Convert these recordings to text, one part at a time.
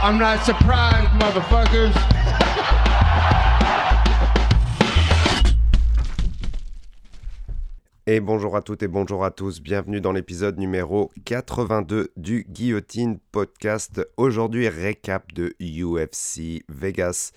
I'm not surprised, motherfuckers. Et bonjour à toutes et bonjour à tous, bienvenue dans l'épisode numéro 82 du Guillotine Podcast. Aujourd'hui, récap de UFC Vegas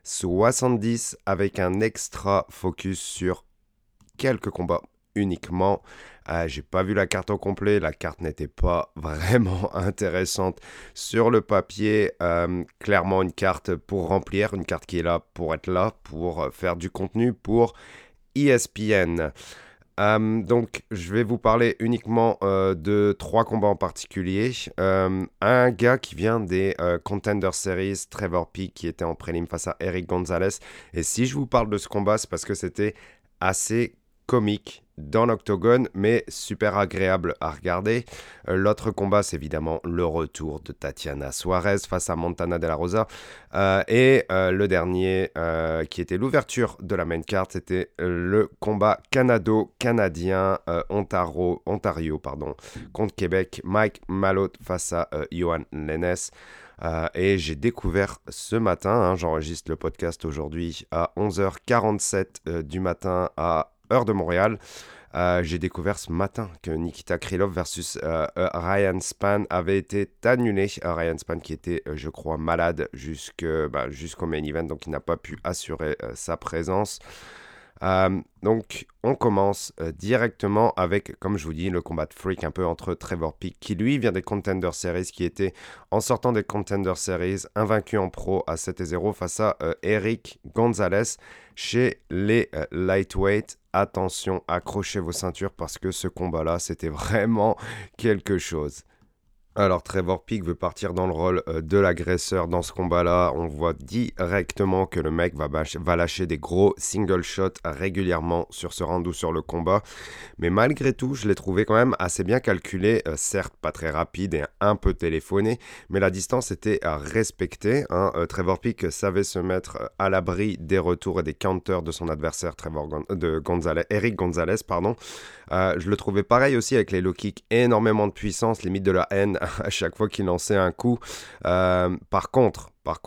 70 avec un extra focus sur quelques combats uniquement. J'ai pas vu la carte au complet, la carte n'était pas vraiment intéressante sur le papier. Clairement une carte pour remplir, une carte qui est là, pour faire du contenu pour ESPN. Donc, je vais vous parler uniquement de 3 combats en particulier. Un gars qui vient des Contender Series, Trevor Peek, qui était en prélim face à Eric Gonzalez. Et si je vous parle de ce combat, c'est parce que c'était assez comique dans l'octogone, mais super agréable à regarder. L'autre combat, c'est évidemment le retour de Tatiana Suarez face à Montana De La Rosa. Et le dernier, qui était l'ouverture de la main card, c'était le combat canadien Ontario, contre Québec. Mike Malott face à Johan Lennes. Et j'ai découvert ce matin, j'enregistre le podcast aujourd'hui à 11h47 du matin à heure de Montréal. J'ai découvert ce matin que Nikita Krylov versus Ryan Spann avait été annulé. Ryan Spann qui était, je crois, malade jusqu'au main event, donc il n'a pas pu assurer sa présence. Donc on commence directement avec, comme je vous dis, le combat de freak un peu entre Trevor Peek, qui lui vient des Contender Series, qui était en sortant des Contender Series, invaincu en pro à 7-0 face à Eric Gonzalez chez les lightweight. Attention, accrochez vos ceintures parce que ce combat-là, c'était vraiment quelque chose. Alors Trevor Peek veut partir dans le rôle de l'agresseur dans ce combat-là. On voit directement que le mec va lâcher des gros single shots régulièrement sur ce round ou sur le combat. Mais malgré tout, je l'ai trouvé quand même assez bien calculé. Certes, pas très rapide et un peu téléphoné, mais la distance était à respecter. Trevor Peek savait se mettre à l'abri des retours et des counters de son adversaire Eric Gonzalez. Je le trouvais pareil aussi avec les low kicks, énormément de puissance, limite de la haine à chaque fois qu'il lançait un coup. Par contre,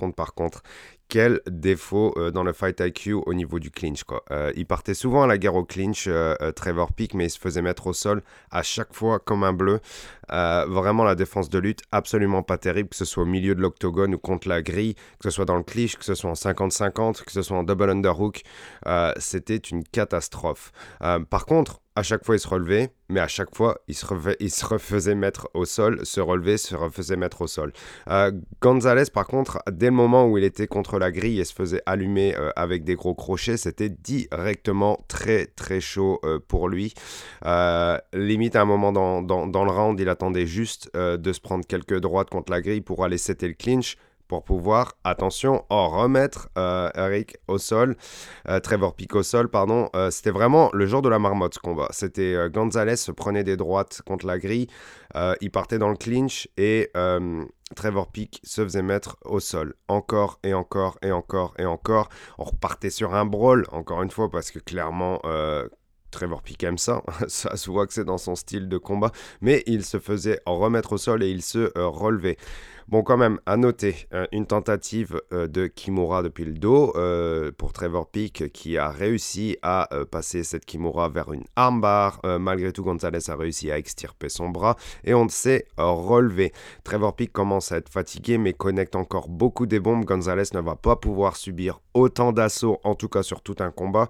quel défaut dans le fight IQ au niveau du clinch, quoi. Il partait souvent à la guerre au clinch, Trevor Peek, mais il se faisait mettre au sol à chaque fois comme un bleu. Vraiment la défense de lutte, absolument pas terrible, que ce soit au milieu de l'octogone ou contre la grille, que ce soit dans le clinch, que ce soit en 50-50, que ce soit en double underhook. C'était une catastrophe. Par contre, à chaque fois, il se relevait, mais à chaque fois, il se refaisait mettre au sol, se relevait, se refaisait mettre au sol. Gonzalez, par contre, dès le moment où il était contre la grille et se faisait allumer avec des gros crochets, c'était directement très, très chaud pour lui. Limite, à un moment dans le round, il attendait juste de se prendre quelques droites contre la grille pour aller setter le clinch, pour pouvoir, attention, remettre Eric au sol, Trevor Peek au sol, c'était vraiment le jour de la marmotte ce combat. C'était Gonzalez se prenait des droites contre la grille, il partait dans le clinch et Trevor Peek se faisait mettre au sol. Encore et encore et encore et encore. On repartait sur un brawl, encore une fois, parce que clairement... Trevor Peek aime ça, ça se voit que c'est dans son style de combat, mais il se faisait remettre au sol et il se relevait. Bon, quand même, à noter, une tentative de Kimura depuis le dos pour Trevor Peek qui a réussi à passer cette Kimura vers une armbar. Malgré tout, Gonzalez a réussi à extirper son bras et on s'est relevé. Trevor Peek commence à être fatigué mais connecte encore beaucoup des bombes. Gonzalez ne va pas pouvoir subir autant d'assauts, en tout cas sur tout un combat.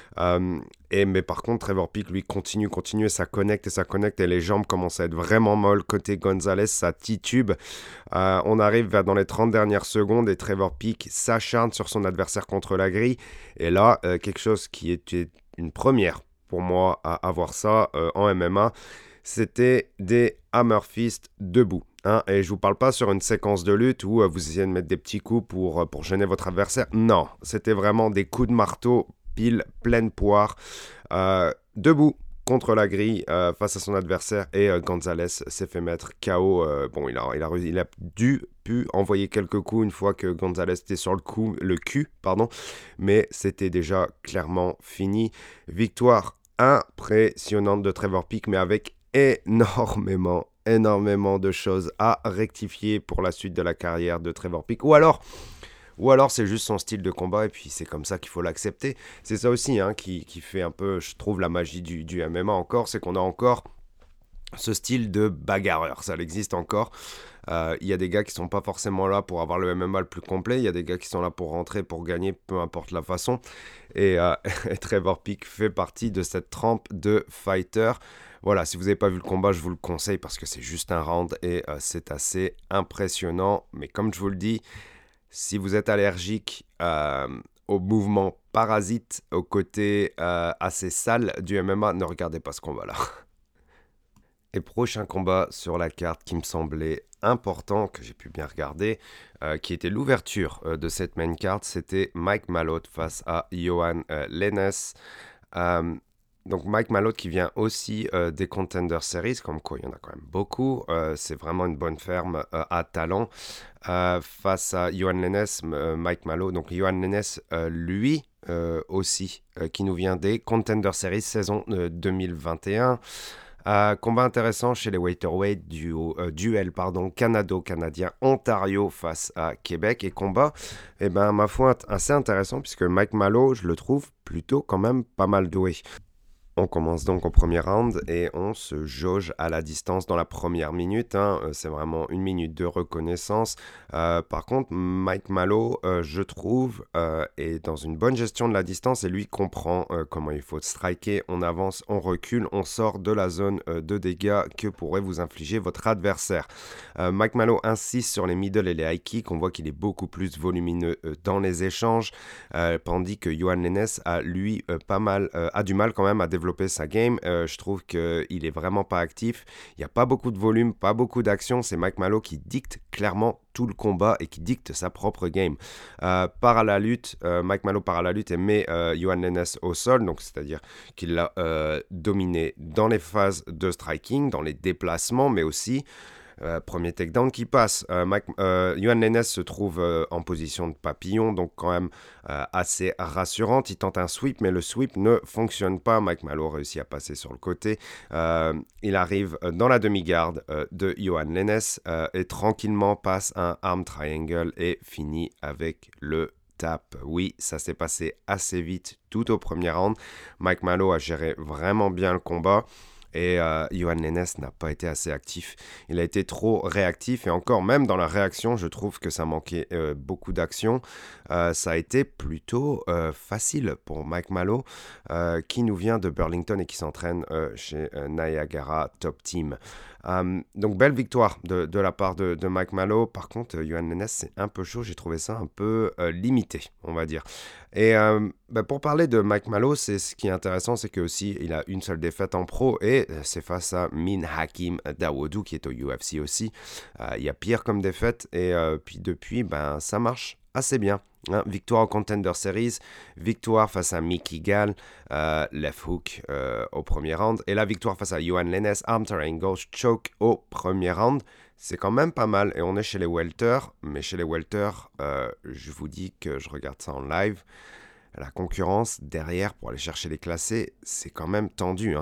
Mais par contre, Trevor Peek, lui, continue et ça connecte et les jambes commencent à être vraiment molles. Côté Gonzalez, ça titube. On arrive dans les 30 dernières secondes et Trevor Peek s'acharne sur son adversaire contre la grille. Et là, quelque chose qui était une première pour moi à avoir ça en MMA, c'était des hammer fist debout. Et je vous parle pas sur une séquence de lutte où vous essayez de mettre des petits coups pour gêner votre adversaire. Non, c'était vraiment des coups de marteau pile pleine poire, debout contre la grille face à son adversaire et Gonzalez s'est fait mettre KO. Il a pu envoyer quelques coups une fois que Gonzalez était sur le cul, mais c'était déjà clairement fini. Victoire impressionnante de Trevor Peek, mais avec énormément énormément de choses à rectifier pour la suite de la carrière de Trevor Peek. Ou alors c'est juste son style de combat et puis c'est comme ça qu'il faut l'accepter. C'est ça aussi qui fait un peu, je trouve, la magie du MMA encore, c'est qu'on a encore ce style de bagarreur, ça existe encore. Il y a des gars qui sont pas forcément là pour avoir le MMA le plus complet, il y a des gars qui sont là pour rentrer, pour gagner, peu importe la façon. Et Trevor Peek fait partie de cette trempe de fighter. Voilà, si vous n'avez pas vu le combat, je vous le conseille parce que c'est juste un round et c'est assez impressionnant. Mais comme je vous le dis, si vous êtes allergique au mouvement parasite, au côté assez sale du MMA, ne regardez pas ce combat-là. Et prochain combat sur la carte qui me semblait important, que j'ai pu bien regarder, qui était l'ouverture de cette main card, c'était Mike Malott face à Yohan Lennes. Donc Mike Malott qui vient aussi des Contender Series, comme quoi il y en a quand même beaucoup. C'est vraiment une bonne ferme à talent. Face à Yohan Lennes, Mike Malott, donc Yohan Lennes, lui aussi, qui nous vient des Contender Series saison 2021. Combat intéressant chez les welterweight, duel canado-canadien Ontario face à Québec, et combat, ma foi, assez intéressant puisque Mike Malott, je le trouve plutôt quand même pas mal doué. On commence donc au premier round et on se jauge à la distance dans la première minute. C'est vraiment une minute de reconnaissance. Par contre, Mike Malott, je trouve, est dans une bonne gestion de la distance et lui comprend comment il faut striker. On avance, on recule, on sort de la zone de dégâts que pourrait vous infliger votre adversaire. Mike Malott insiste sur les middle et les high kicks. On voit qu'il est beaucoup plus volumineux dans les échanges, tandis que Yohan Lennes a, lui, a du mal quand même à développer sa game. Je trouve qu'il est vraiment pas actif. Il n'y a pas beaucoup de volume, pas beaucoup d'action. C'est Mike Malott qui dicte clairement tout le combat et qui dicte sa propre game. Part à la lutte, Mike Malott part à la lutte et met Yohan Lennes au sol, donc c'est-à-dire qu'il l'a dominé dans les phases de striking, dans les déplacements, mais aussi premier takedown qui passe. Yohan Lennes se trouve en position de papillon, donc quand même assez rassurante. Il tente un sweep, mais le sweep ne fonctionne pas. Mike Malott réussit à passer sur le côté. Il arrive dans la demi-garde de Yohan Lennes et tranquillement passe un arm triangle et finit avec le tap. Oui, ça s'est passé assez vite tout au premier round. Mike Malott a géré vraiment bien le combat. Et Yohan Lennes n'a pas été assez actif. Il a été trop réactif et encore, même dans la réaction, je trouve que ça manquait beaucoup d'action. Ça a été plutôt facile pour Mike Malott, qui nous vient de Burlington et qui s'entraîne chez Niagara Top Team. Donc belle victoire de la part de Mike Malott. Par contre, Yohan Lennes, c'est un peu chaud. J'ai trouvé ça un peu limité, on va dire. Et pour parler de Mike Malott, ce qui est intéressant, c'est qu'il a une seule défaite en pro et c'est face à Min Hakim Dawodu qui est au UFC aussi. Il y a pire comme défaite et puis depuis, ça marche assez bien. Victoire au Contender Series, victoire face à Mickey Gall, left hook au premier round, et la victoire face à Yohan Lennes, arm triangle choke au premier round. C'est quand même pas mal, et on est chez les welter, mais chez les welter, je vous dis que je regarde ça en live, la concurrence derrière pour aller chercher les classés, c'est quand même tendu.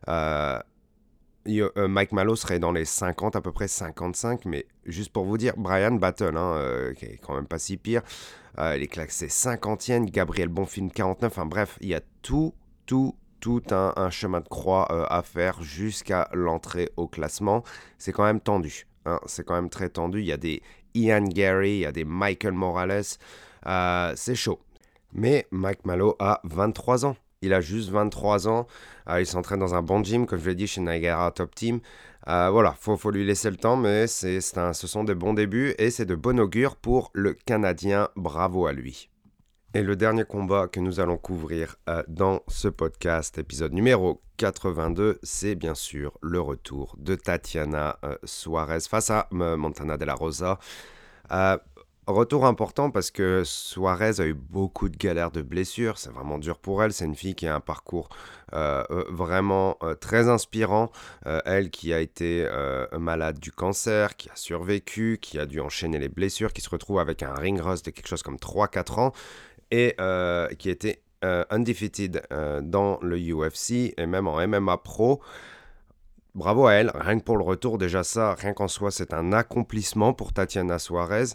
Mike Malott serait dans les 50, à peu près 55, mais juste pour vous dire, Brian Battle, qui est quand même pas si pire, il est classé 50e, Gabriel Bonfim 49, enfin bref, il y a tout un chemin de croix à faire jusqu'à l'entrée au classement. C'est quand même tendu, c'est quand même très tendu. Il y a des Ian Gary, il y a des Michael Morales, c'est chaud. Mais Mike Malott a 23 ans. Il a juste 23 ans. Il s'entraîne dans un bon gym, comme je l'ai dit, chez Niagara Top Team. Voilà, faut lui laisser le temps, mais ce sont des bons débuts et c'est de bon augure pour le Canadien. Bravo à lui. Et le dernier combat que nous allons couvrir dans ce podcast, épisode numéro 82, c'est bien sûr le retour de Tatiana Suarez face à Montana De La Rosa. Retour important parce que Suarez a eu beaucoup de galères de blessures, c'est vraiment dur pour elle, c'est une fille qui a un parcours vraiment très inspirant, elle qui a été malade du cancer, qui a survécu, qui a dû enchaîner les blessures, qui se retrouve avec un ring rust de quelque chose comme 3-4 ans et qui était undefeated dans le UFC et même en MMA Pro. bravo à elle, rien que pour le retour, déjà ça, rien qu'en soi, c'est un accomplissement pour Tatiana Suarez.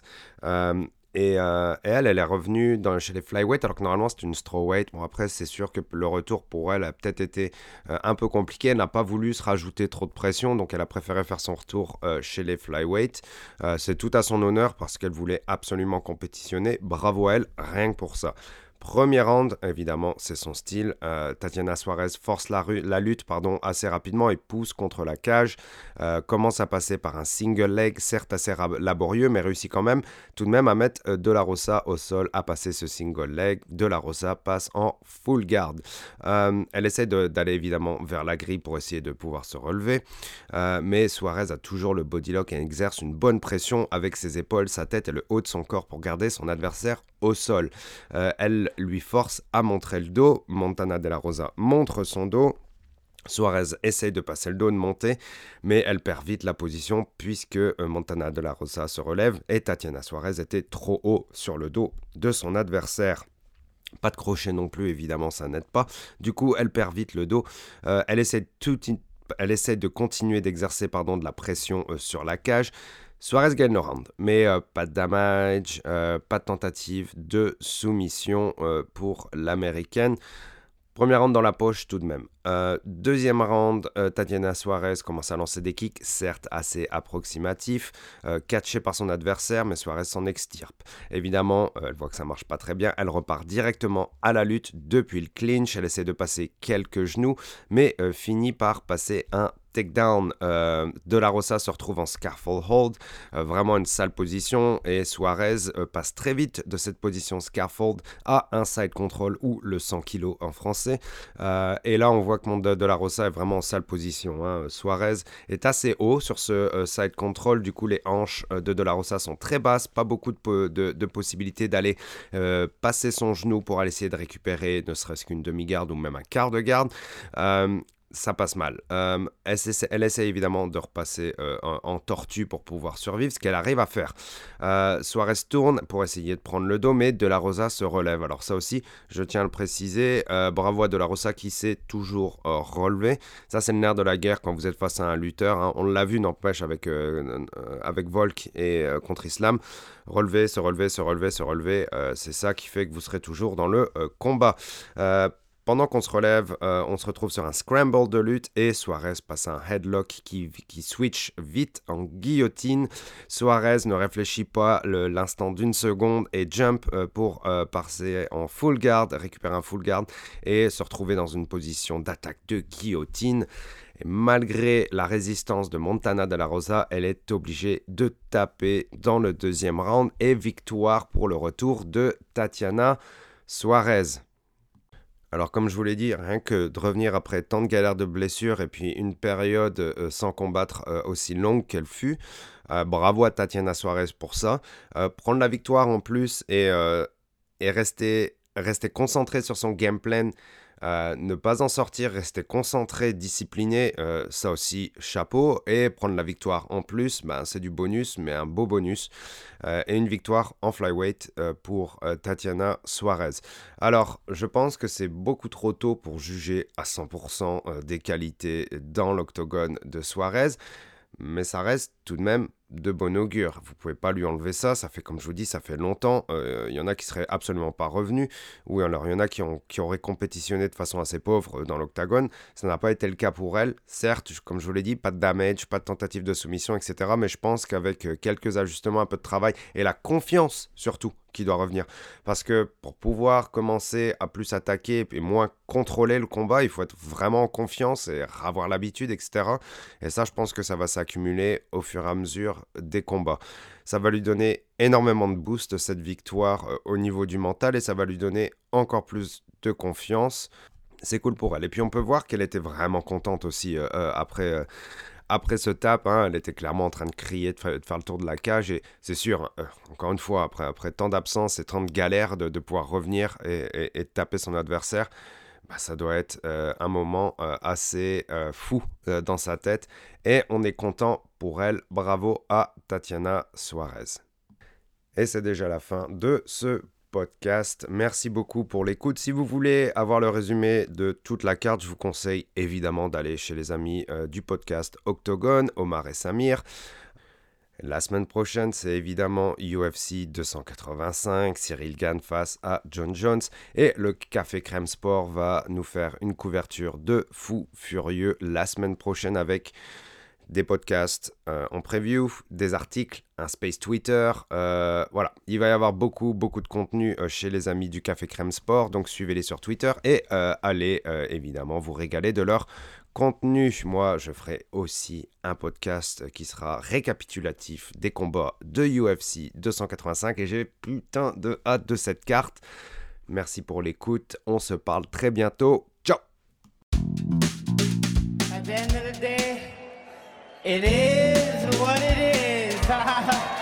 Et elle est revenue chez les flyweight, alors que normalement c'est une strawweight. Bon, après, c'est sûr que le retour pour elle a peut-être été un peu compliqué. Elle n'a pas voulu se rajouter trop de pression, donc elle a préféré faire son retour chez les flyweight. C'est tout à son honneur parce qu'elle voulait absolument compétitionner. Bravo à elle, rien que pour ça. Premier round, évidemment, c'est son style. Tatiana Suarez force la lutte assez rapidement et pousse contre la cage. Commence à passer par un single leg, certes assez laborieux, mais réussit quand même tout de même à mettre De La Rosa au sol, à passer ce single leg. De La Rosa passe en full guard. Elle essaie d'aller évidemment vers la grille pour essayer de pouvoir se relever, mais Suarez a toujours le body lock et exerce une bonne pression avec ses épaules, sa tête et le haut de son corps pour garder son adversaire au sol. Elle lui force à montrer le dos. Montana De La Rosa montre son dos. Suarez essaye de passer le dos, de monter, mais elle perd vite la position puisque Montana De La Rosa se relève et Tatiana Suarez était trop haut sur le dos de son adversaire. Pas de crochet non plus, évidemment, ça n'aide pas. Du coup, elle perd vite le dos. Elle essaie de continuer d'exercer de la pression sur la cage. Suarez gagne le round, mais pas de damage, pas de tentative de soumission pour l'américaine. Premier round dans la poche tout de même. Deuxième round, Tatiana Suarez commence à lancer des kicks, certes assez approximatifs, catchés par son adversaire, mais Suarez s'en extirpe. Évidemment, elle voit que ça marche pas très bien, elle repart directement à la lutte depuis le clinch, elle essaie de passer quelques genoux, mais finit par passer un takedown. De La Rosa se retrouve en scaffold hold, vraiment une sale position, et Suarez passe très vite de cette position scaffold à un side control ou le 100 kg en français. Et là, on voit que De La Rosa est vraiment en sale position. Suarez est assez haut sur ce side control, du coup les hanches de La Rosa sont très basses, pas beaucoup de possibilités d'aller passer son genou pour aller essayer de récupérer ne serait-ce qu'une demi-garde ou même un quart de garde. Ça passe mal. Elle essaie évidemment de repasser en tortue pour pouvoir survivre, ce qu'elle arrive à faire. Suarez tourne pour essayer de prendre le dos, mais De La Rosa se relève. Alors ça aussi, je tiens à le préciser, bravo à De La Rosa qui s'est toujours relevé. Ça, c'est le nerf de la guerre quand vous êtes face à un lutteur. On l'a vu, n'empêche, avec Volk et contre Islam. Relever, se relever, c'est ça qui fait que vous serez toujours dans le combat. Pendant qu'on se relève, on se retrouve sur un scramble de lutte et Suarez passe un headlock qui switch vite en guillotine. Suarez ne réfléchit pas l'instant d'une seconde et jump pour passer en full guard, récupérer un full guard et se retrouver dans une position d'attaque de guillotine. Et malgré la résistance de Montana De La Rosa, elle est obligée de taper dans le deuxième round et victoire pour le retour de Tatiana Suarez. Alors comme je vous l'ai dit, rien que de revenir après tant de galères de blessures et puis une période sans combattre aussi longue qu'elle fut, bravo à Tatiana Suarez pour ça. Prendre la victoire en plus et rester concentré sur son game plan, ne pas en sortir, rester concentré, discipliné, ça aussi, chapeau. Et prendre la victoire en plus, c'est du bonus, mais un beau bonus. Et une victoire en flyweight pour Tatiana Suarez. Alors, je pense que c'est beaucoup trop tôt pour juger à 100% des qualités dans l'octogone de Suarez, mais ça reste tout de même de bon augure. Vous pouvez pas lui enlever ça, ça fait, comme je vous dis, ça fait longtemps. Il y en a qui seraient absolument pas revenus, ou alors il y en a qui auraient compétitionné de façon assez pauvre dans l'octagone. Ça n'a pas été le cas pour elle. Certes, comme je vous l'ai dit, pas de damage, pas de tentative de soumission, etc. Mais je pense qu'avec quelques ajustements, un peu de travail, et la confiance surtout, qui doit revenir. Parce que pour pouvoir commencer à plus attaquer et moins contrôler le combat, il faut être vraiment en confiance et avoir l'habitude, etc. Et ça, je pense que ça va s'accumuler au fur et à mesure des combats. Ça va lui donner énormément de boost, cette victoire, au niveau du mental, et ça va lui donner encore plus de confiance. C'est cool pour elle. Et puis on peut voir qu'elle était vraiment contente aussi après ce tap, elle était clairement en train de crier, de faire le tour de la cage. Et c'est sûr, encore une fois, après tant d'absence et tant de galères, de pouvoir revenir et de taper son adversaire, ça doit être un moment assez fou dans sa tête. Et on est content pour elle. Bravo à Tatiana Suarez. Et c'est déjà la fin de ce podcast. Merci beaucoup pour l'écoute. Si vous voulez avoir le résumé de toute la carte, je vous conseille évidemment d'aller chez les amis du podcast Octogone, Omar et Samir. La semaine prochaine, c'est évidemment UFC 285, Cyril Gane face à John Jones. Et le Café Crème Sport va nous faire une couverture de fou furieux la semaine prochaine avec des podcasts en preview, des articles, un space Twitter. Voilà, il va y avoir beaucoup de contenu chez les amis du Café Crème Sport. Donc suivez-les sur Twitter et allez évidemment vous régaler de leur contenu. Moi, je ferai aussi un podcast qui sera récapitulatif des combats de UFC 285 et j'ai putain de hâte de cette carte. Merci pour l'écoute. On se parle très bientôt. Ciao! At the end of the day, it is what it is.